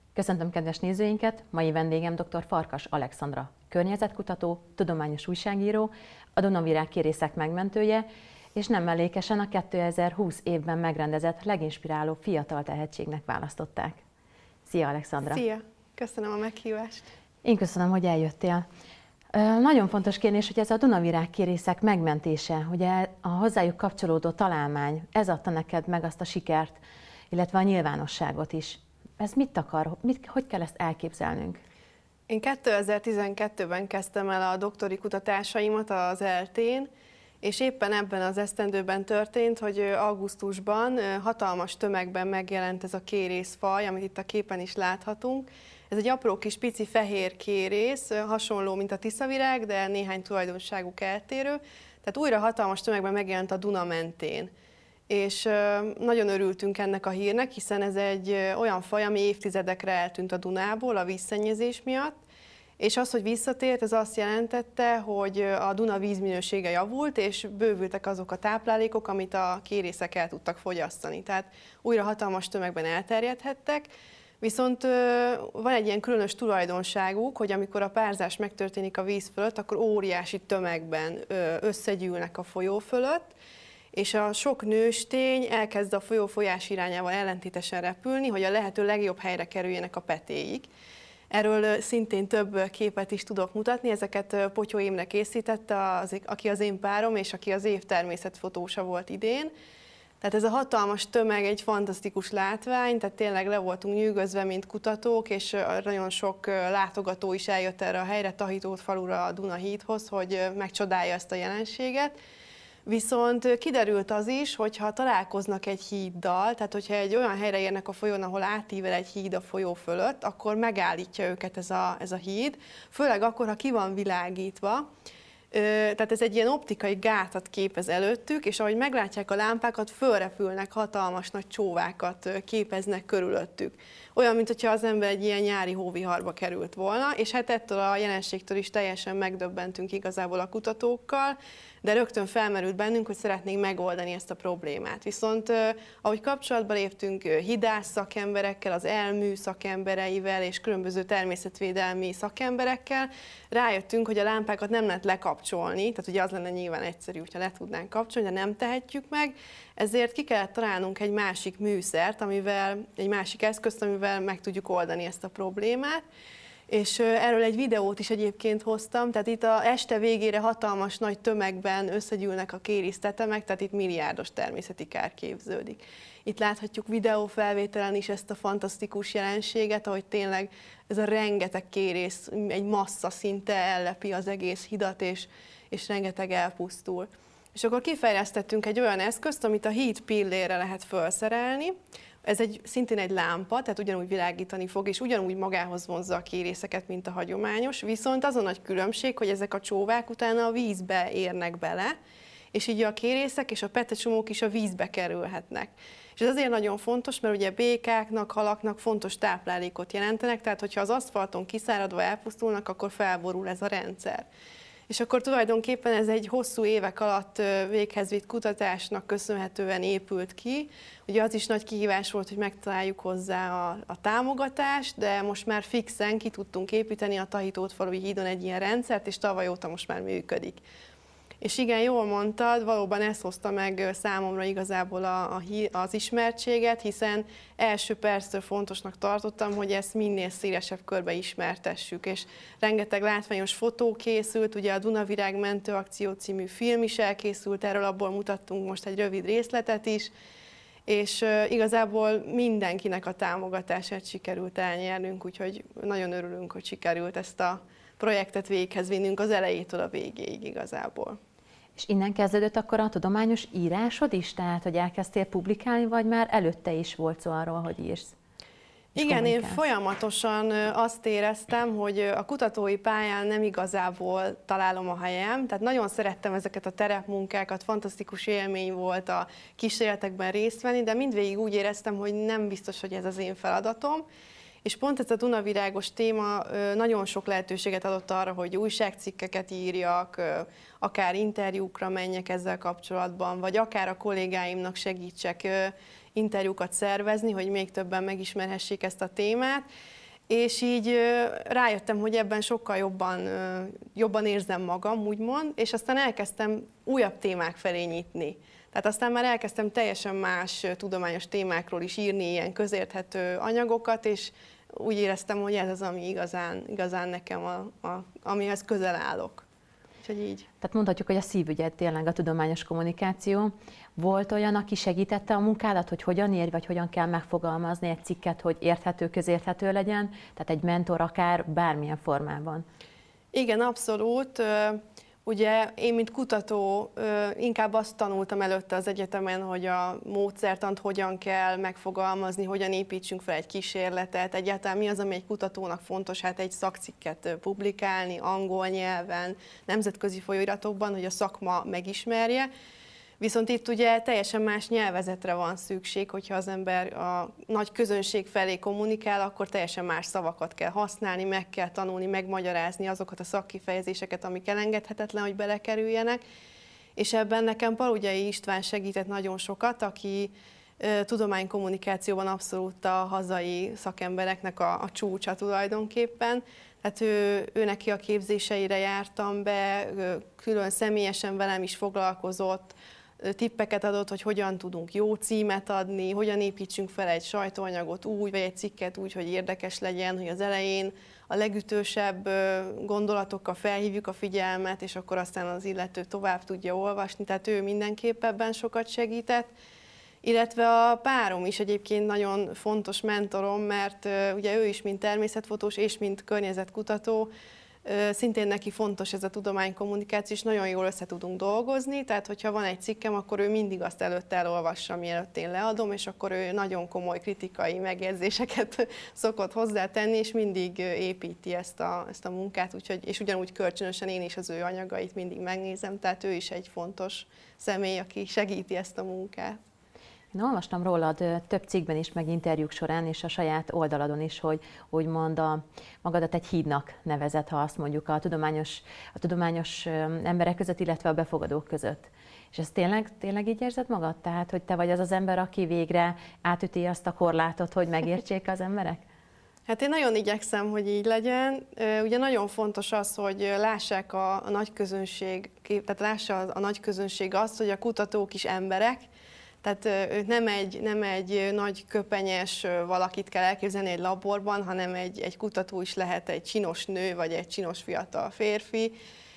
Köszöntöm kedves nézőinket! Mai vendégem dr. Farkas Alexandra, környezetkutató, tudományos újságíró, a Dunavirág kérészek megmentője, és nem mellékesen a 2020 évben megrendezett leginspiráló fiatal tehetségnek választották. Szia, Alexandra! Szia! Köszönöm a meghívást! Én köszönöm, hogy eljöttél. Nagyon fontos kérdés, hogy ez a Dunavirág kérészek megmentése, ugye a hozzájuk kapcsolódó találmány, ez adta neked meg azt a sikert, illetve a nyilvánosságot is. Ez mit akar? Hogy kell ezt elképzelnünk? Én 2012-ben kezdtem el a doktori kutatásaimat az ELTE-n, és éppen ebben az esztendőben történt, hogy augusztusban hatalmas tömegben megjelent ez a kérészfaj, amit itt a képen is láthatunk. Ez egy apró kis pici fehér kérész, hasonló, mint a tiszavirág, de néhány tulajdonságuk eltérő. Tehát újra hatalmas tömegben megjelent a Duna mentén. És nagyon örültünk ennek a hírnek, hiszen ez egy olyan faj, ami évtizedekre eltűnt a Dunából a vízszennyezés miatt, és az, hogy visszatért, ez azt jelentette, hogy a Duna vízminősége javult, és bővültek azok a táplálékok, amit a kérészek el tudtak fogyasztani. Tehát újra hatalmas tömegben elterjedhettek, viszont van egy ilyen különös tulajdonságuk, hogy amikor a párzás megtörténik a víz fölött, akkor óriási tömegben összegyűlnek a folyó fölött, és a sok nőstény elkezd a folyó folyás irányával ellentétesen repülni, hogy a lehető legjobb helyre kerüljenek a petéig. Erről szintén több képet is tudok mutatni, ezeket Potyó Imre készítette, aki az én párom, és aki az év természetfotósa volt idén. Tehát ez a hatalmas tömeg egy fantasztikus látvány, tehát tényleg le voltunk nyűgözve, mint kutatók, és nagyon sok látogató is eljött erre a helyre, Tahitót-falura, a Dunahídhoz, hogy megcsodálja ezt a jelenséget. Viszont kiderült az is, hogy ha találkoznak egy híddal, tehát hogyha egy olyan helyre érnek a folyón, ahol átível egy híd a folyó fölött, akkor megállítja őket ez a híd, főleg akkor, ha ki van világítva. Tehát ez egy ilyen optikai gátat képez előttük, és ahogy meglátják a lámpákat, fölrepülnek, hatalmas nagy csóvákat képeznek körülöttük. Olyan, mintha az ember egy ilyen nyári hóviharba került volna, és hát ettől a jelenségtől is teljesen megdöbbentünk igazából a kutatókkal, de rögtön felmerült bennünk, hogy szeretnénk megoldani ezt a problémát. Viszont ahogy kapcsolatba léptünk hidász szakemberekkel, az elmű szakembereivel és különböző természetvédelmi szakemberekkel, rájöttünk, hogy a lámpákat nem lehet lekapcsolni, tehát ugye az lenne nyilván egyszerű, hogyha le tudnánk kapcsolni, de nem tehetjük meg, ezért ki kellett találnunk egy másik műszert, egy másik eszközt, amivel meg tudjuk oldani ezt a problémát. És erről egy videót is egyébként hoztam, tehát itt a este végére hatalmas nagy tömegben összegyűlnek a kérésztetemek, tehát itt milliárdos természeti kár képződik. Itt láthatjuk videófelvételen is ezt a fantasztikus jelenséget, ahogy tényleg ez a rengeteg kérész, egy massza szinte ellepi az egész hidat, és rengeteg elpusztul. És akkor kifejlesztettünk egy olyan eszközt, amit a híd pillére lehet felszerelni. Ez szintén egy lámpa, tehát ugyanúgy világítani fog, és ugyanúgy magához vonzza a kérészeket, mint a hagyományos, viszont az a nagy különbség, hogy ezek a csóvák utána a vízbe érnek bele, és így a kérészek és a petecsomók is a vízbe kerülhetnek. És ez azért nagyon fontos, mert ugye békáknak, halaknak fontos táplálékot jelentenek, tehát hogyha az aszfalton kiszáradva elpusztulnak, akkor felborul ez a rendszer. És akkor tulajdonképpen ez egy hosszú évek alatt véghez vitt kutatásnak köszönhetően épült ki. Ugye az is nagy kihívás volt, hogy megtaláljuk hozzá a támogatást, de most már fixen ki tudtunk építeni a Tahitót-falui hídon egy ilyen rendszert, és tavaly óta most már működik. És igen, jól mondtad, valóban ez hozta meg számomra igazából az ismertséget, hiszen első perctől fontosnak tartottam, hogy ezt minél szélesebb körbe ismertessük, és rengeteg látványos fotó készült, ugye a Dunavirág mentő akció című film is elkészült, erről abból mutattunk most egy rövid részletet is, és igazából mindenkinek a támogatását sikerült elnyernünk, úgyhogy nagyon örülünk, hogy sikerült ezt a projektet véghez vinnünk az elejétől a végéig igazából. És innen kezdődött akkor a tudományos írásod is? Tehát, hogy elkezdtél publikálni, vagy már előtte is volt szó arról, hogy írsz? Igen, én folyamatosan azt éreztem, hogy a kutatói pályán nem igazából találom a helyem, tehát nagyon szerettem ezeket a terepmunkákat, fantasztikus élmény volt a kísérletekben részt venni, de mindvégig úgy éreztem, hogy nem biztos, hogy ez az én feladatom. És pont ez a Dunavirágos téma nagyon sok lehetőséget adott arra, hogy újságcikkeket írjak, akár interjúkra menjek ezzel kapcsolatban, vagy akár a kollégáimnak segítsek interjúkat szervezni, hogy még többen megismerhessék ezt a témát. és így rájöttem, hogy ebben sokkal jobban érzem magam, úgymond, és aztán elkezdtem újabb témák felé nyitni. Tehát aztán már elkezdtem teljesen más tudományos témákról is írni, ilyen közérthető anyagokat, és úgy éreztem, hogy ez az, ami igazán nekem, amihez közel állok. Úgyhogy így. Tehát mondhatjuk, hogy a szívügyed tényleg a tudományos kommunikáció. Volt olyan, aki segítette a munkádat, hogy hogyan érj, vagy hogyan kell megfogalmazni egy cikket, hogy érthető, közérthető legyen? Tehát egy mentor akár bármilyen formában. Igen, abszolút. Ugye én, mint kutató, inkább azt tanultam előtte az egyetemen, hogy a módszertant hogyan kell megfogalmazni, hogyan építsünk fel egy kísérletet, egyáltalán mi az, ami egy kutatónak fontos, hát egy szakcikket publikálni angol nyelven, nemzetközi folyóiratokban, hogy a szakma megismerje. Viszont itt ugye teljesen más nyelvezetre van szükség, hogyha az ember a nagy közönség felé kommunikál, akkor teljesen más szavakat kell használni, meg kell tanulni, megmagyarázni azokat a szakkifejezéseket, amik elengedhetetlen, hogy belekerüljenek. És ebben nekem Palugyai István segített nagyon sokat, aki tudománykommunikációban abszolút a hazai szakembereknek a csúcsa tulajdonképpen. Hát ő neki a képzéseire jártam be, külön személyesen velem is foglalkozott, tippeket adott, hogy hogyan tudunk jó címet adni, hogyan építsünk fel egy sajtóanyagot úgy, vagy egy cikket úgy, hogy érdekes legyen, hogy az elején a legütősebb gondolatokkal felhívjuk a figyelmet, és akkor aztán az illető tovább tudja olvasni, tehát ő mindenképp ebben sokat segített. Illetve a párom is egyébként nagyon fontos mentorom, mert ugye ő is, mint természetfotós és mint környezetkutató, szintén neki fontos ez a tudománykommunikáció, és nagyon jól össze tudunk dolgozni, tehát hogyha van egy cikkem, akkor ő mindig azt előtte elolvassa, mielőtt én leadom, és akkor ő nagyon komoly kritikai megjegyzéseket szokott hozzátenni, és mindig építi ezt a munkát, úgyhogy, és ugyanúgy kölcsönösen én is az ő anyagait mindig megnézem, tehát ő is egy fontos személy, aki segíti ezt a munkát. Én olvastam rólad több cikkben is, meg interjúk során, és a saját oldaladon is, hogy úgymond magadat egy hídnak nevezed, ha azt mondjuk a tudományos emberek között, illetve a befogadók között. És ezt tényleg így érzed magad? Tehát, hogy te vagy az az ember, aki végre átüti azt a korlátot, hogy megértsék az emberek? Hát én nagyon igyekszem, hogy így legyen. Ugye nagyon fontos az, hogy lássák a nagy közönség, tehát lássa a nagy közönség azt, hogy a kutatók is emberek. Tehát ők nem egy nagy köpenyes valakit kell elképzelni egy laborban, hanem egy kutató is lehet egy csinos nő, vagy egy csinos fiatal férfi.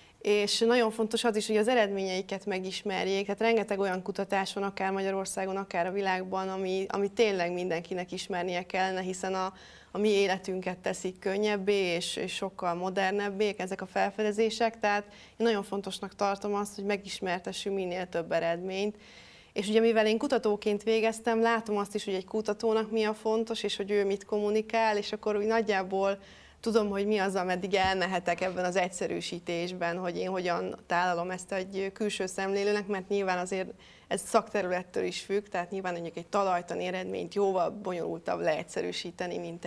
És nagyon fontos az is, hogy az eredményeiket megismerjék. Tehát rengeteg olyan kutatás van, akár Magyarországon, akár a világban, ami tényleg mindenkinek ismernie kellene, hiszen a mi életünket teszik könnyebbé, és sokkal modernebbé ezek a felfedezések. Tehát én nagyon fontosnak tartom azt, hogy megismertessünk minél több eredményt. És ugye mivel én kutatóként végeztem, látom azt is, hogy egy kutatónak mi a fontos, és hogy ő mit kommunikál, és akkor úgy nagyjából tudom, hogy mi az, ameddig elmehetek ebben az egyszerűsítésben, hogy én hogyan tálalom ezt egy külső szemlélőnek, mert nyilván azért ez szakterülettől is függ, tehát nyilván mondjuk egy talajtani eredményt jóval bonyolultabb leegyszerűsíteni, mint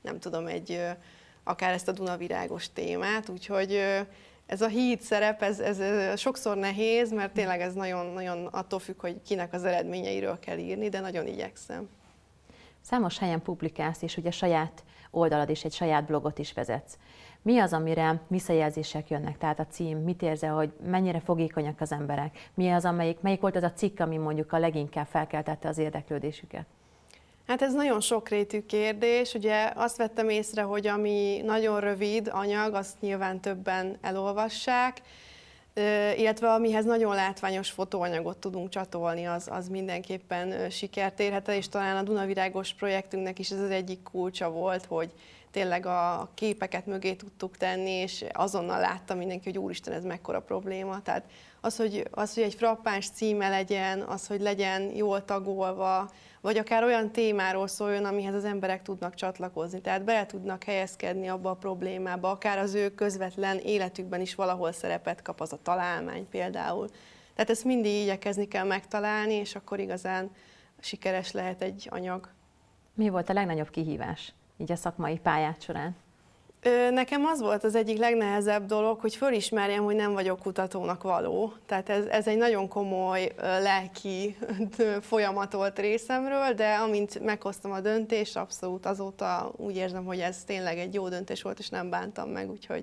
akár ezt a Dunavirágos témát, úgyhogy ez a híd szerep, ez sokszor nehéz, mert tényleg ez nagyon attól függ, hogy kinek az eredményeiről kell írni, de nagyon igyekszem. Számos helyen publikálsz, és ugye saját oldalad és egy saját blogot is vezetsz. Mi az, amire visszajelzések jönnek? Tehát a cím, mit érzel, hogy mennyire fogékonyak az emberek? Melyik volt az a cikk, ami mondjuk a leginkább felkeltette az érdeklődésüket? Hát ez nagyon sokrétű kérdés. Ugye azt vettem észre, hogy ami nagyon rövid anyag, azt nyilván többen elolvassák, illetve amihez nagyon látványos fotóanyagot tudunk csatolni, az mindenképpen sikert érhet el, és talán a Dunavirágos projektünknek is ez az egyik kulcsa volt, hogy tényleg a képeket mögé tudtuk tenni, és azonnal látta mindenki, hogy úristen, ez mekkora probléma. Tehát az, hogy egy frappáns címe legyen, az, hogy legyen jól tagolva, vagy akár olyan témáról szóljon, amihez az emberek tudnak csatlakozni. Tehát bele tudnak helyezkedni abba a problémába, akár az ő közvetlen életükben is valahol szerepet kap az a találmány például. Tehát ezt mindig igyekezni kell megtalálni, és akkor igazán sikeres lehet egy anyag. Mi volt a legnagyobb kihívás így a szakmai pályád során? Nekem az volt az egyik legnehezebb dolog, hogy fölismerjem, hogy nem vagyok kutatónak való. Tehát ez egy nagyon komoly lelki folyamat volt részemről, de amint meghoztam a döntést, abszolút azóta úgy érzem, hogy ez tényleg egy jó döntés volt, és nem bántam meg, úgyhogy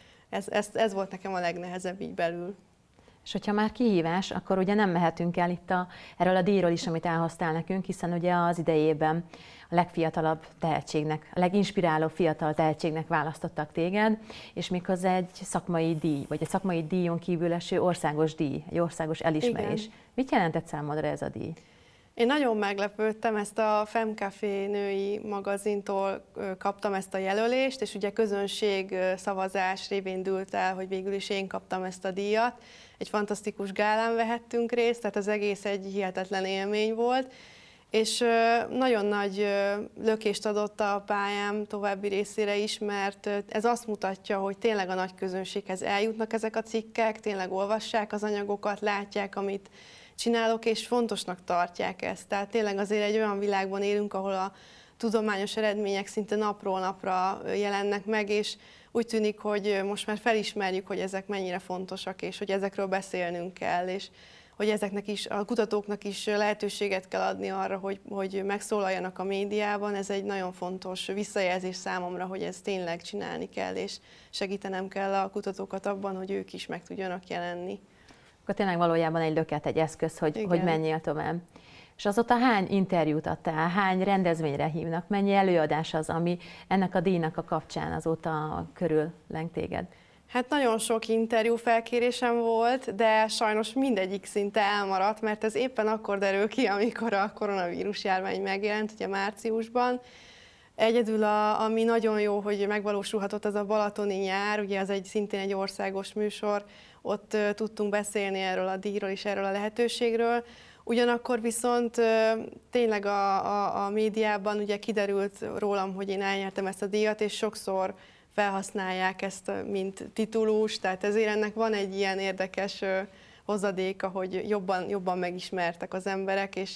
ez volt nekem a legnehezebb így belül. És hogyha már kihívás, akkor ugye nem mehetünk el itt erről a díjról is, amit elhoztál nekünk, hiszen ugye az idejében a legfiatalabb tehetségnek, a leginspirálóbb fiatal tehetségnek választottak téged, és méghozzá egy szakmai díj, vagy egy szakmai díjon kívül eső országos díj, egy országos elismerés. Igen. Mit jelentett számodra ez a díj? Én nagyon meglepődtem, ezt a Femcafé női magazintól kaptam ezt a jelölést, és ugye közönség szavazás révén dűlt el, hogy végül is én kaptam ezt a díjat. Egy fantasztikus gálán vehettünk részt, tehát az egész egy hihetetlen élmény volt, és nagyon nagy lökést adott a pályám további részére is, mert ez azt mutatja, hogy tényleg a nagy közönséghez eljutnak ezek a cikkek, tényleg olvassák az anyagokat, látják, amit csinálok, és fontosnak tartják ezt. Tehát tényleg azért egy olyan világban élünk, ahol a tudományos eredmények szinte napról napra jelennek meg, és úgy tűnik, hogy most már felismerjük, hogy ezek mennyire fontosak, és hogy ezekről beszélnünk kell, és hogy ezeknek is, a kutatóknak is lehetőséget kell adni arra, hogy megszólaljanak a médiában. Ez egy nagyon fontos visszajelzés számomra, hogy ezt tényleg csinálni kell, és segítenem kell a kutatókat abban, hogy ők is meg tudjanak jelenni. Akkor tényleg valójában egy löket, egy eszköz, hogy menjél tovább. És azóta hány interjút adtál, hány rendezvényre hívnak, mennyi előadás az, ami ennek a díjnak a kapcsán azóta körülleng téged? Hát nagyon sok interjú felkérésem volt, de sajnos mindegyik szinte elmaradt, mert ez éppen akkor derül ki, amikor a koronavírus járvány megjelent, ugye márciusban. Egyedül, ami nagyon jó, hogy megvalósulhatott, az a balatoni nyár, ugye az szintén egy országos műsor, ott tudtunk beszélni erről a díjról és erről a lehetőségről. Ugyanakkor viszont tényleg a médiában ugye kiderült rólam, hogy én elnyertem ezt a díjat, és sokszor felhasználják ezt, mint titulus, tehát ezért ennek van egy ilyen érdekes hozadéka, hogy jobban megismertek az emberek, és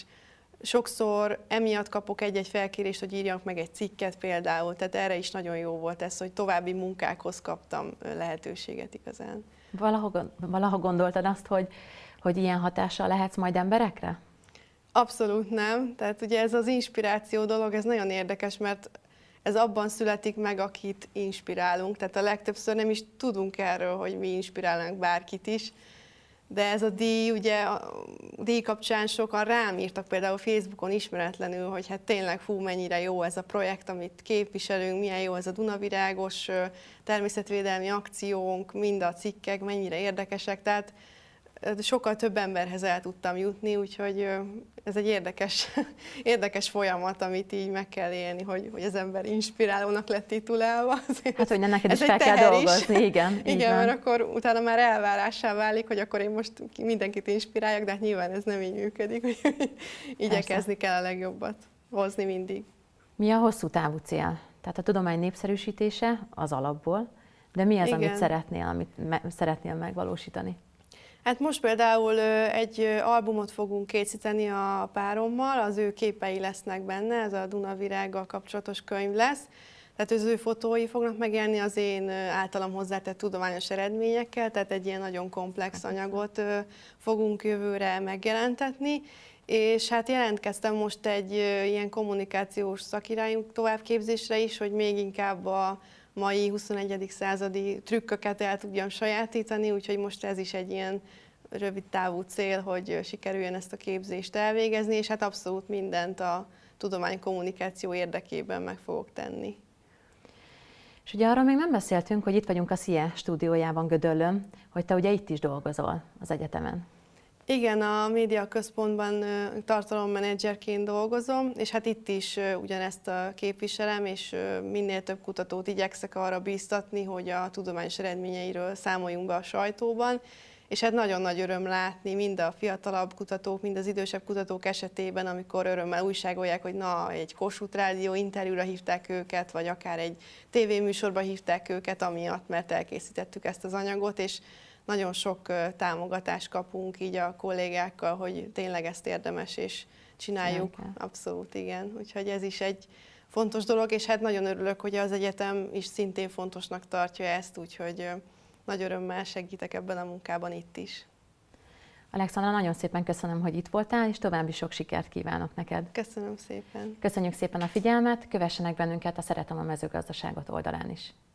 sokszor emiatt kapok egy-egy felkérést, hogy írjak meg egy cikket például, tehát erre is nagyon jó volt ez, hogy további munkákhoz kaptam lehetőséget igazán. Valaha gondoltad azt, hogy ilyen hatással lehetsz majd emberekre? Abszolút nem. Tehát ugye ez az inspiráció dolog, ez nagyon érdekes, mert ez abban születik meg, akit inspirálunk. Tehát a legtöbbször nem is tudunk erről, hogy mi inspirálnánk bárkit is. De ez a díj, ugye a díj kapcsán sokan rám írtak például Facebookon ismeretlenül, hogy hát tényleg mennyire jó ez a projekt, amit képviselünk, milyen jó ez a Dunavirágos természetvédelmi akciónk, mind a cikkek mennyire érdekesek, tehát sokkal több emberhez el tudtam jutni, úgyhogy ez egy érdekes folyamat, amit így meg kell élni, hogy az ember inspirálónak lett titulálva. Hát, hogy neked is fel kell dolgozni, igen. Igen, mert akkor utána már elvárássá válik, hogy akkor én most mindenkit inspiráljak, de hát nyilván ez nem így működik, hogy igyekezni kell a legjobbat hozni mindig. Mi a hosszú távú cél? Tehát a tudomány népszerűsítése az alapból, de mi az, amit szeretnél megvalósítani? Hát most például egy albumot fogunk készíteni a párommal, az ő képei lesznek benne, ez a Dunavirággal kapcsolatos könyv lesz. Tehát az ő fotói fognak megjelenni az én általam hozzátett tudományos eredményekkel, tehát egy ilyen nagyon komplex anyagot fogunk jövőre megjelentetni. És hát jelentkeztem most egy ilyen kommunikációs szakirányú továbbképzésre is, hogy még inkább a mai 21. századi trükköket el tudjam sajátítani, úgyhogy most ez is egy ilyen rövid távú cél, hogy sikerüljön ezt a képzést elvégezni, és hát abszolút mindent a tudománykommunikáció érdekében meg fogok tenni. És ugye arról még nem beszéltünk, hogy itt vagyunk a SZIE stúdiójában Gödöllőn, hogy te ugye itt is dolgozol az egyetemen. Igen, a Média Központban tartalommenedzserként dolgozom, és hát itt is ugyanezt képviselem, és minél több kutatót igyekszek arra bíztatni, hogy a tudományos eredményeiről számoljunk be a sajtóban, és hát nagyon nagy öröm látni mind a fiatalabb kutatók, mind az idősebb kutatók esetében, amikor örömmel újságolják, hogy na, egy Kossuth Rádió interjúra hívták őket, vagy akár egy tévéműsorba hívták őket amiatt, mert elkészítettük ezt az anyagot, és nagyon sok támogatást kapunk így a kollégákkal, hogy tényleg ezt érdemes és csináljuk. Abszolút, igen. Úgyhogy ez is egy fontos dolog, és hát nagyon örülök, hogy az egyetem is szintén fontosnak tartja ezt, úgyhogy nagy örömmel segítek ebben a munkában itt is. Alexandra, nagyon szépen köszönöm, hogy itt voltál, és további sok sikert kívánok neked. Köszönöm szépen. Köszönjük szépen a figyelmet, kövessenek bennünket a Szeretem a mezőgazdaságot oldalán is.